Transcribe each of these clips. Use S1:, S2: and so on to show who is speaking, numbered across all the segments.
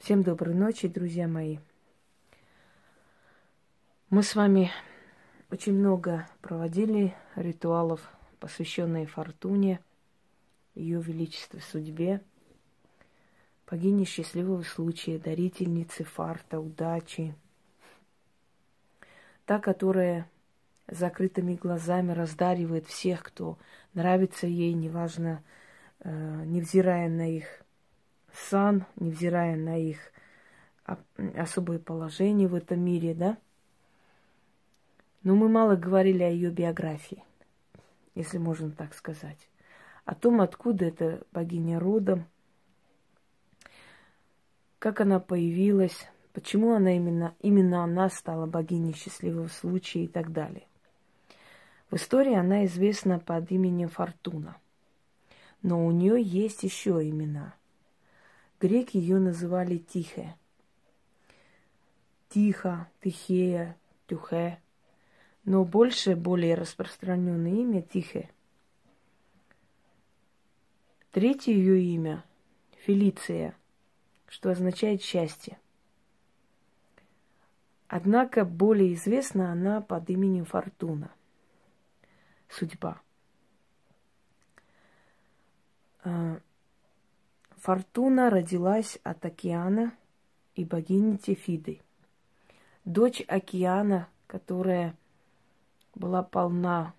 S1: Всем доброй ночи, друзья мои. Мы с вами очень много проводили ритуалов, посвященные Фортуне, Ее Величеству Судьбе, богине счастливого случая, дарительнице фарта, удачи. Та, которая с закрытыми глазами раздаривает всех, кто нравится ей, неважно, невзирая на их сан, невзирая на их особое положение в этом мире, да? Но мы мало говорили о ее биографии, если можно так сказать. О том, откуда эта богиня родом, как она появилась, почему она именно она стала богиней счастливого случая и так далее. В истории она известна под именем Фортуна, но у нее есть еще имена. Греки ее называли Тихе. Тиха, Тихея, Тюхе. Но более распространенное имя Тихе. Третье ее имя Фелиция, что означает счастье. Однако более известна она под именем Фортуна, судьба. Фортуна родилась от Океана и богини Тефиды, дочь Океана, которая была полна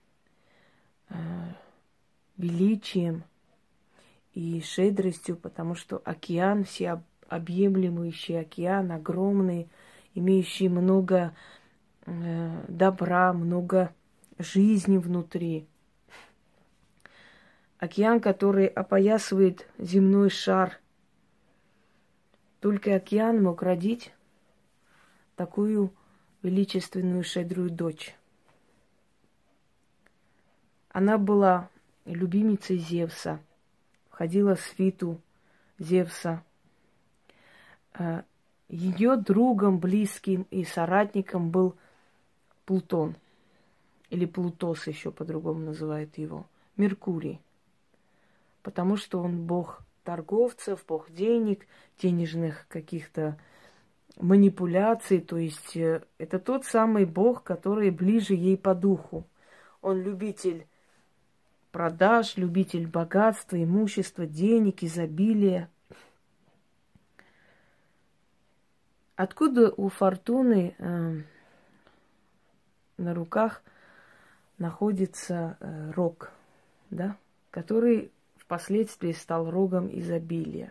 S1: величием и щедростью, потому что океан, всеобъемлющий океан, огромный, имеющий много добра, много жизни внутри. Океан, который опоясывает земной шар. Только океан мог родить такую величественную, щедрую дочь. Она была любимицей Зевса, входила в свиту Зевса. Ее другом, близким и соратником был Плутон, или Плутос еще по-другому называют его, Меркурий, потому что он бог торговцев, бог денег, денежных каких-то манипуляций, то есть это тот самый бог, который ближе ей по духу. Он любитель продаж, любитель богатства, имущества, денег, изобилия. Откуда у Фортуны на руках находится рог, да, который впоследствии стал рогом изобилия?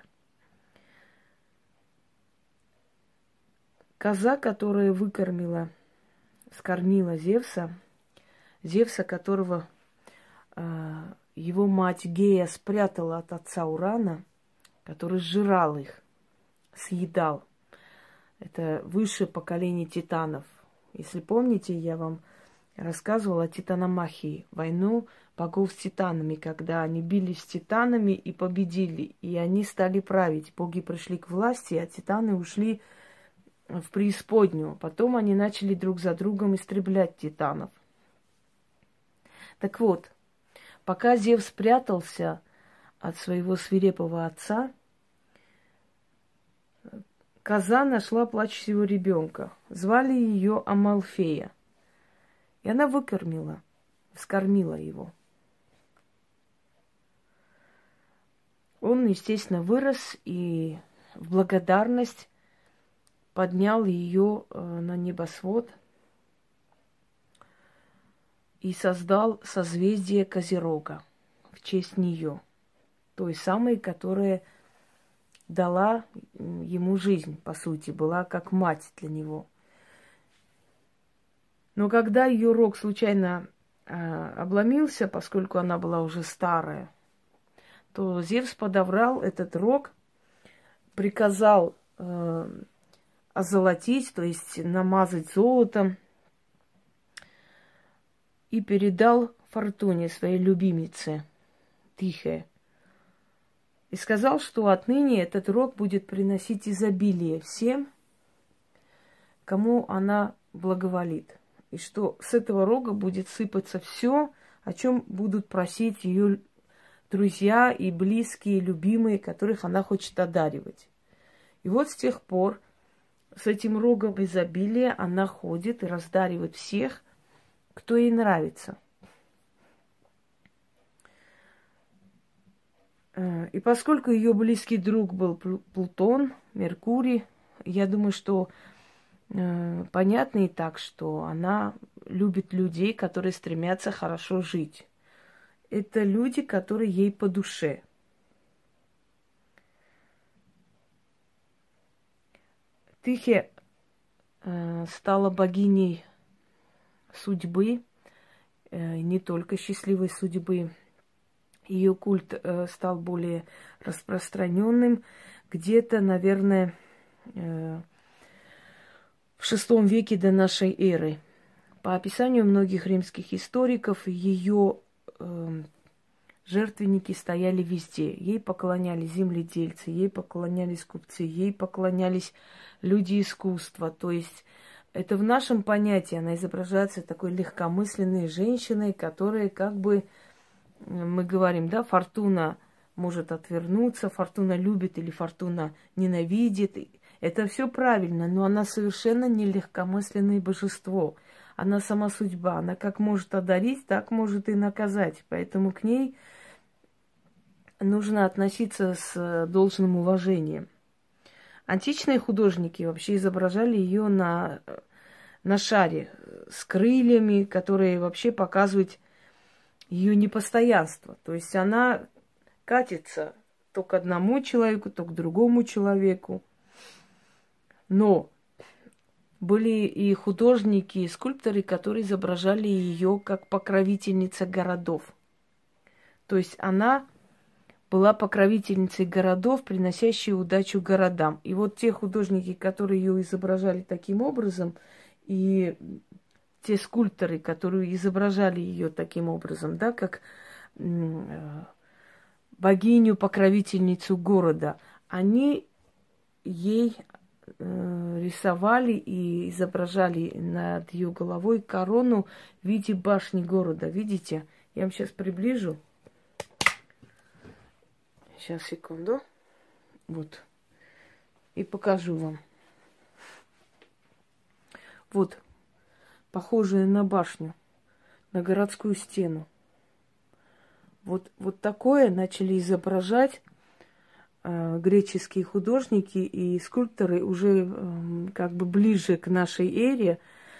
S1: Коза, которая скормила Зевса, которого его мать Гея спрятала от отца Урана, который сжирал их, съедал. Это высшее поколение титанов. Если помните, я вам рассказывала о титаномахии, войну богов с титанами, когда они бились с титанами и победили, и они стали править. Боги пришли к власти, а титаны ушли в преисподнюю. Потом они начали друг за другом истреблять титанов. Так вот, пока Зевс прятался от своего свирепого отца, коза нашла плачущего ребенка. Звали ее Амалфея. И она вскормила его. Он, естественно, вырос и в благодарность поднял ее на небосвод и создал созвездие Козерога в честь нее, той самой, которая дала ему жизнь, по сути, была как мать для него. Но когда ее рог случайно обломился, поскольку она была уже старая, то Зевс подобрал этот рог, приказал озолотить, то есть намазать золотом, и передал Фортуне, своей любимице, Тихе. И сказал, что отныне этот рог будет приносить изобилие всем, кому она благоволит. И что с этого рога будет сыпаться все, о чем будут просить ее друзья и близкие, любимые, которых она хочет одаривать. И вот с тех пор с этим рогом изобилия она ходит и раздаривает всех, кто ей нравится. И поскольку ее близкий друг был Плутон, Меркурий, я думаю, что понятно и так, что она любит людей, которые стремятся хорошо жить. Это люди, которые ей по душе. Тихе стала богиней судьбы, не только счастливой судьбы. Ее культ стал более распространенным. Где-то, наверное, в VI веке до нашей эры. По описанию многих римских историков, ее жертвенники стояли везде. Ей поклонялись земледельцы, ей поклонялись купцы, ей поклонялись люди искусства. То есть это в нашем понятии она изображается такой легкомысленной женщиной, которая как бы, мы говорим, да, фортуна может отвернуться, фортуна любит или фортуна ненавидит. Это все правильно, но она совершенно не легкомысленное божество. Она сама судьба. Она как может одарить, так может и наказать. Поэтому к ней нужно относиться с должным уважением. Античные художники вообще изображали ее на шаре с крыльями, которые вообще показывают ее непостоянство. То есть она катится то к одному человеку, то к другому человеку. Но были и художники, и скульпторы, которые изображали ее как покровительница городов. То есть она была покровительницей городов, приносящей удачу городам. И вот те художники, которые ее изображали таким образом, и те скульпторы, которые изображали ее таким образом, да, как богиню, покровительницу города, они ей рисовали и изображали над ее головой корону в виде башни города. Видите? Я вам сейчас приближу. Сейчас, секунду. Вот. И покажу вам. Вот. Похожая на башню, на городскую стену. Вот такое начали изображать греческие художники и скульпторы уже как бы ближе к нашей эре.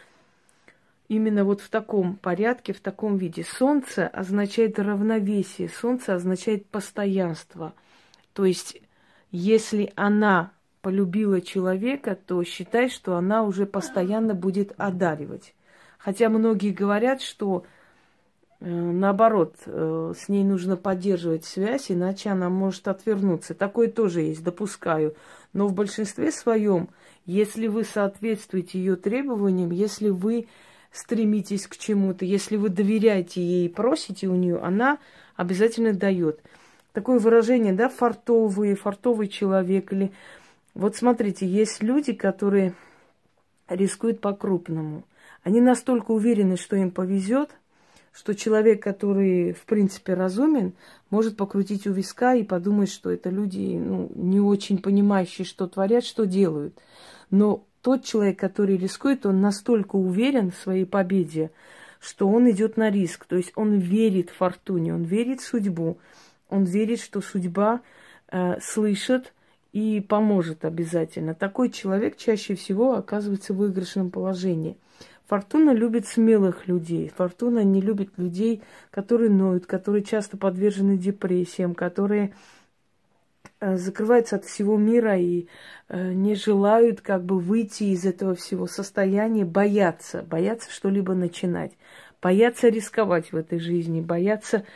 S1: Именно вот в таком порядке, в таком виде. Солнце означает равновесие, солнце означает постоянство. То есть, если она полюбила человека, то считай, что она уже постоянно будет одаривать. Хотя многие говорят, что наоборот, с ней нужно поддерживать связь, иначе она может отвернуться. Такое тоже есть, допускаю. Но в большинстве своем, если вы соответствуете ее требованиям, если вы стремитесь к чему-то, если вы доверяете ей и просите у нее, она обязательно дает. Такое выражение, да, фартовый человек. Или вот смотрите, есть люди, которые рискуют по-крупному. Они настолько уверены, что им повезет, что человек, который, в принципе, разумен, может покрутить у виска и подумать, что это люди, не очень понимающие, что творят, что делают. Но тот человек, который рискует, он настолько уверен в своей победе, что он идет на риск. То есть он верит фортуне, он верит в судьбу, он верит, что судьба слышит и поможет обязательно. Такой человек чаще всего оказывается в выигрышном положении. Фортуна любит смелых людей. Фортуна не любит людей, которые ноют, которые часто подвержены депрессиям, которые закрываются от всего мира и не желают как бы выйти из этого всего состояния, боятся что-либо начинать, боятся рисковать в этой жизни, боятся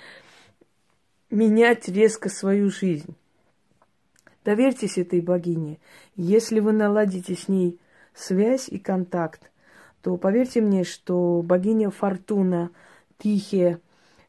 S1: менять резко свою жизнь. Доверьтесь этой богине. Если вы наладите с ней связь и контакт, то поверьте мне, что богиня Фортуна, Тихе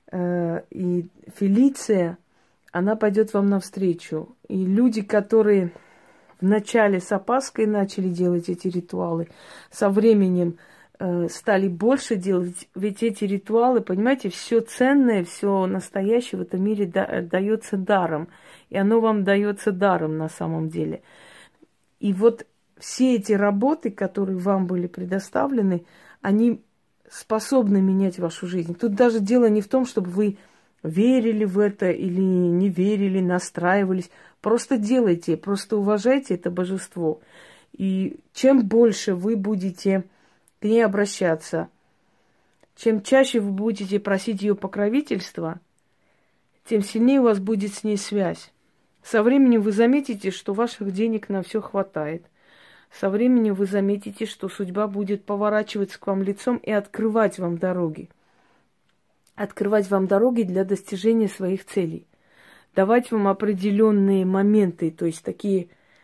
S1: и Фелиция, она пойдет вам навстречу. И люди, которые вначале с опаской начали делать эти ритуалы, со временем стали больше делать, ведь эти ритуалы, понимаете, все ценное, все настоящее в этом мире дается даром. И оно вам дается даром на самом деле. И вот все эти работы, которые вам были предоставлены, они способны менять вашу жизнь. Тут даже дело не в том, чтобы вы верили в это или не верили, настраивались. Просто делайте, просто уважайте это божество. И чем больше вы будете к ней обращаться, чем чаще вы будете просить ее покровительства, тем сильнее у вас будет с ней связь. Со временем вы заметите, что ваших денег на все хватает. Со временем вы заметите, что судьба будет поворачиваться к вам лицом и открывать вам дороги. Открывать вам дороги для достижения своих целей. Давать вам определенные моменты, то есть такие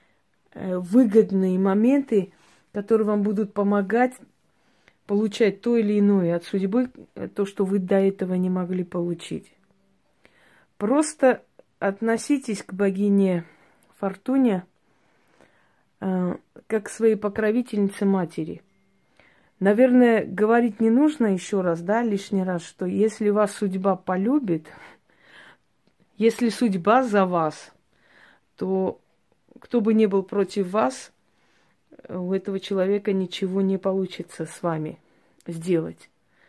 S1: выгодные моменты, которые вам будут помогать получать то или иное от судьбы, то, что вы до этого не могли получить. Просто относитесь к богине Фортуне как к своей покровительнице матери. Наверное, говорить не нужно еще раз, да, лишний раз, что если вас судьба полюбит, если судьба за вас, то кто бы ни был против вас, у этого человека ничего не получится с вами сделать.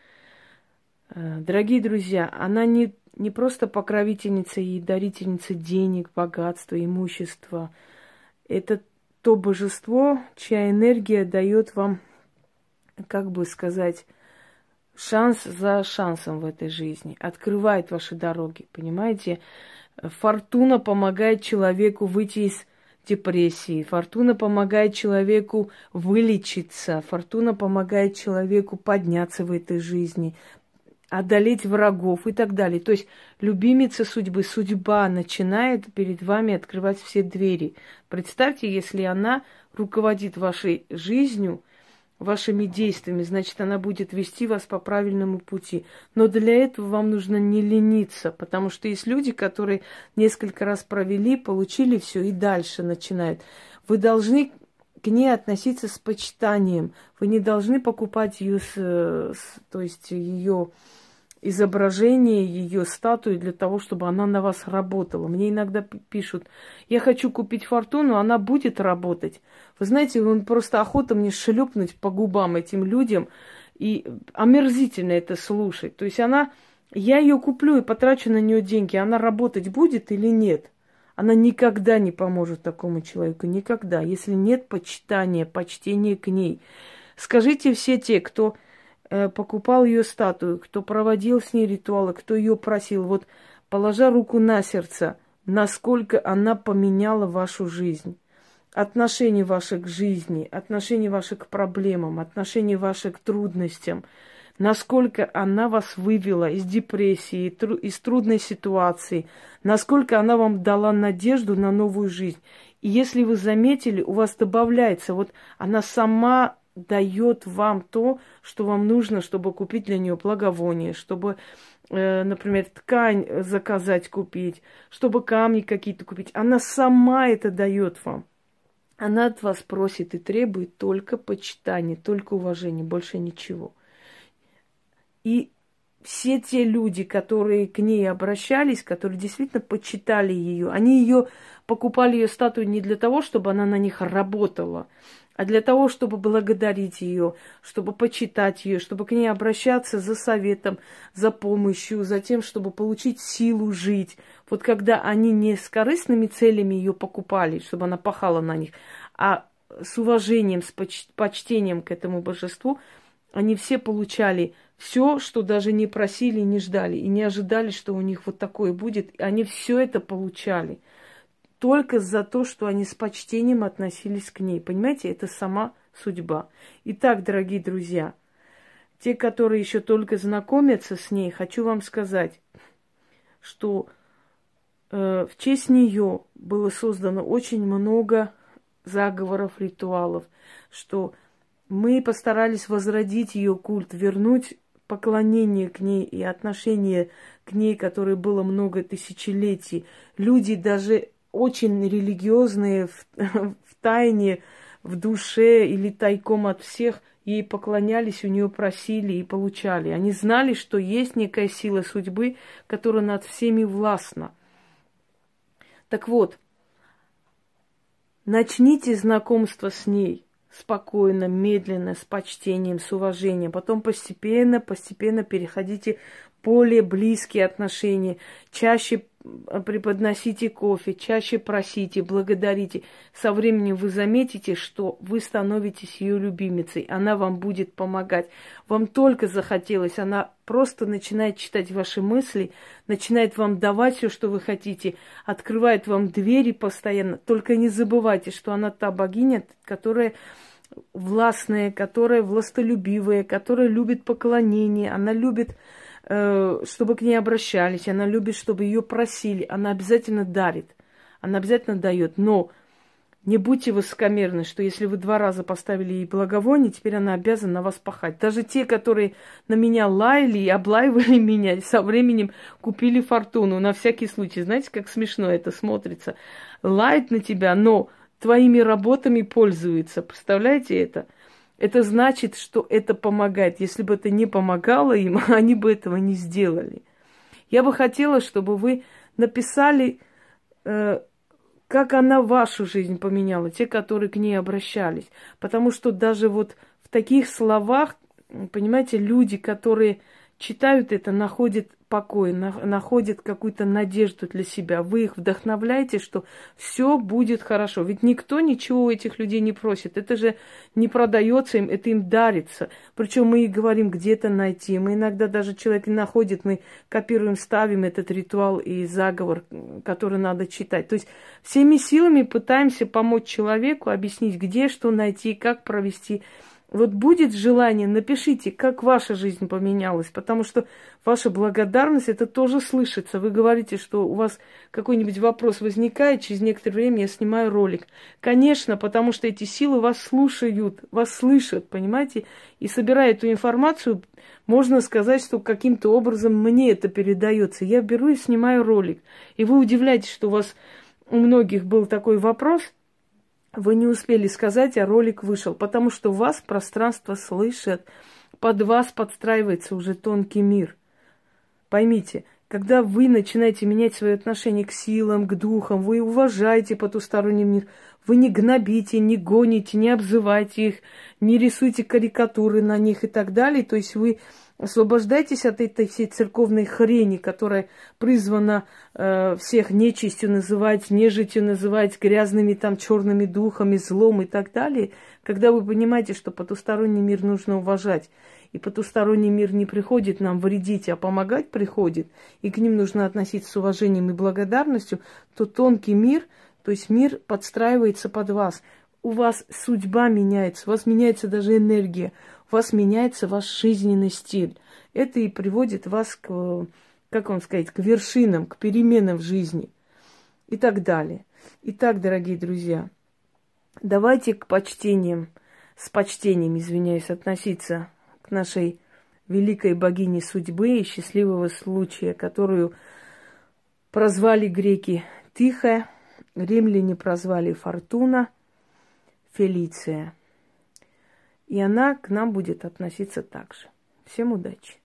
S1: Дорогие друзья, она не просто покровительница и дарительница денег, богатства, имущества. Это то божество, чья энергия дает вам, как бы сказать, шанс за шансом в этой жизни, открывает ваши дороги, понимаете? Фортуна помогает человеку выйти из депрессии, фортуна помогает человеку вылечиться, фортуна помогает человеку подняться в этой жизни, одолеть врагов и так далее. То есть любимица судьбы, судьба начинает перед вами открывать все двери. Представьте, если она руководит вашей жизнью, вашими действиями, значит, она будет вести вас по правильному пути. Но для этого вам нужно не лениться, потому что есть люди, которые несколько раз провели, получили все и дальше начинают. Вы должны к ней относиться с почитанием. Вы не должны покупать ее, то есть ее изображение, ее статую для того, чтобы она на вас работала. Мне иногда пишут: я хочу купить Фортуну, она будет работать. Вы знаете, просто охота мне шлепнуть по губам этим людям, и омерзительно это слушать. То есть я ее куплю и потрачу на нее деньги, она работать будет или нет? Она никогда не поможет такому человеку, никогда, если нет почитания к ней. Скажите все те, кто покупал ее статую, кто проводил с ней ритуалы, кто ее просил, вот положа руку на сердце, насколько она поменяла вашу жизнь. Отношение ваше к жизни, отношение ваше к проблемам, отношение ваше к трудностям. Насколько она вас вывела из депрессии, из трудной ситуации, насколько она вам дала надежду на новую жизнь. И если вы заметили, у вас добавляется, вот она сама дает вам то, что вам нужно, чтобы купить для нее благовоние, чтобы, например, ткань заказать, купить, чтобы камни какие-то купить. Она сама это дает вам. Она от вас просит и требует только почитания, только уважения, больше ничего. И все те люди, которые к ней обращались, которые действительно почитали ее, они ее покупали ее статую не для того, чтобы она на них работала, а для того, чтобы благодарить ее, чтобы почитать ее, чтобы к ней обращаться за советом, за помощью, за тем, чтобы получить силу жить. Вот когда они не с корыстными целями ее покупали, чтобы она пахала на них, а с уважением, с почтением к этому божеству, они все получали все, что даже не просили, не ждали, и не ожидали, что у них вот такое будет. Они все это получали только за то, что они с почтением относились к ней. Понимаете, это сама судьба. Итак, дорогие друзья, те, которые еще только знакомятся с ней, хочу вам сказать, что в честь нее было создано очень много заговоров, ритуалов, что мы постарались возродить ее культ, вернуть поклонение к ней и отношение к ней, которое было много тысячелетий. Люди даже очень религиозные в тайне, в душе или тайком от всех ей поклонялись, у нее просили и получали. Они знали, что есть некая сила судьбы, которая над всеми властна. Так вот, Начните знакомство с ней спокойно, медленно, с почтением, с уважением. Потом постепенно переходите в более близкие отношения. Чаще преподносите кофе, чаще просите, благодарите. Со временем вы заметите, что вы становитесь ее любимицей. Она вам будет помогать. Вам только захотелось, она просто начинает читать ваши мысли, начинает вам давать все, что вы хотите, открывает вам двери постоянно. Только не забывайте, что она та богиня, которая властная, которая властолюбивая, которая любит поклонение, она любит, чтобы к ней обращались, она любит, чтобы ее просили, она обязательно дарит, она обязательно дает. Но не будьте высокомерны, что если вы 2 раза поставили ей благовоние, теперь она обязана на вас пахать. Даже те, которые на меня лаяли и облаивали меня, со временем купили фортуну на всякий случай. Знаете, как смешно это смотрится? Лает на тебя, но твоими работами пользуется. Представляете это? Это значит, что это помогает. Если бы это не помогало им, они бы этого не сделали. Я бы хотела, чтобы вы написали, как она вашу жизнь поменяла, те, которые к ней обращались. Потому что даже вот в таких словах, понимаете, люди, которые читают это, находят покой, находят какую-то надежду для себя. Вы их вдохновляете, что все будет хорошо. Ведь никто ничего у этих людей не просит. Это же не продается им, это им дарится. Причем мы и говорим, где это найти. Мы иногда даже человек не находит, мы копируем, ставим этот ритуал и заговор, который надо читать. То есть всеми силами пытаемся помочь человеку, объяснить, где что найти, как провести. Вот будет желание, напишите, как ваша жизнь поменялась, потому что ваша благодарность, это тоже слышится. Вы говорите, что у вас какой-нибудь вопрос возникает, через некоторое время я снимаю ролик. Конечно, потому что эти силы вас слушают, вас слышат, понимаете? И собирая эту информацию, можно сказать, что каким-то образом мне это передается. Я беру и снимаю ролик. И вы удивляетесь, что у вас у многих был такой вопрос, вы не успели сказать, а ролик вышел, потому что вас пространство слышит, под вас подстраивается уже тонкий мир. Поймите, когда вы начинаете менять свое отношение к силам, к духам, вы уважаете потусторонний мир, вы не гнобите, не гоните, не обзывайте их, не рисуйте карикатуры на них и так далее, то есть вы освобождайтесь от этой всей церковной хрени, которая призвана всех нечистью называть, нежитью называть, грязными там черными духами, злом и так далее. Когда вы понимаете, что потусторонний мир нужно уважать, и потусторонний мир не приходит нам вредить, а помогать приходит, и к ним нужно относиться с уважением и благодарностью, то тонкий мир, то есть мир подстраивается под вас. У вас судьба меняется, у вас меняется даже энергия, у вас меняется ваш жизненный стиль. Это и приводит вас к, как вам сказать, к вершинам, к переменам в жизни и так далее. Итак, дорогие друзья, давайте с почтением, извиняюсь, относиться к нашей великой богине судьбы и счастливого случая, которую прозвали греки Тихая, римляне прозвали Фортуна, Фелиция. И она к нам будет относиться так же. Всем удачи!